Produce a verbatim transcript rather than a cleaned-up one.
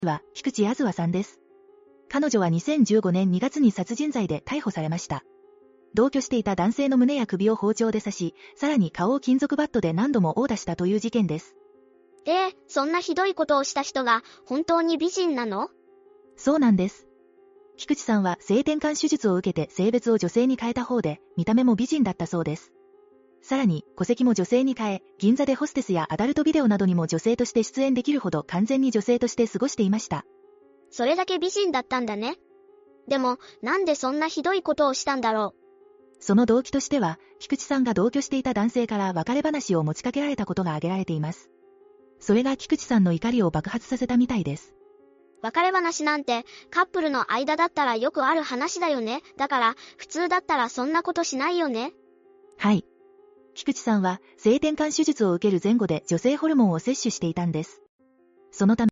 は菊池あずわさんです。彼女はにせんじゅうごねんにがつに殺人罪で逮捕されました。同居していた男性の胸や首を包丁で刺し、さらに顔を金属バットで何度も殴打したという事件です。 えー、そんなひどいことをした人が本当に美人なの？ そうなんです。菊池さんは性転換手術を受けて性別を女性に変えた方で、見た目も美人だったそうです。さらに、戸籍も女性に変え、銀座でホステスやアダルトビデオなどにも女性として出演できるほど完全に女性として過ごしていました。 それだけ美人だったんだね。でも、なんでそんなひどいことをしたんだろう。その動機としては、菊池さんが同居していた男性から別れ話を持ちかけられたことが挙げられています。それが菊池さんの怒りを爆発させたみたいです。 別れ話なんて、カップルの間だったらよくある話だよね。だから、普通だったらそんなことしないよね。 はい。菊池さんは性転換手術を受ける前後で女性ホルモンを摂取していたんです。そのため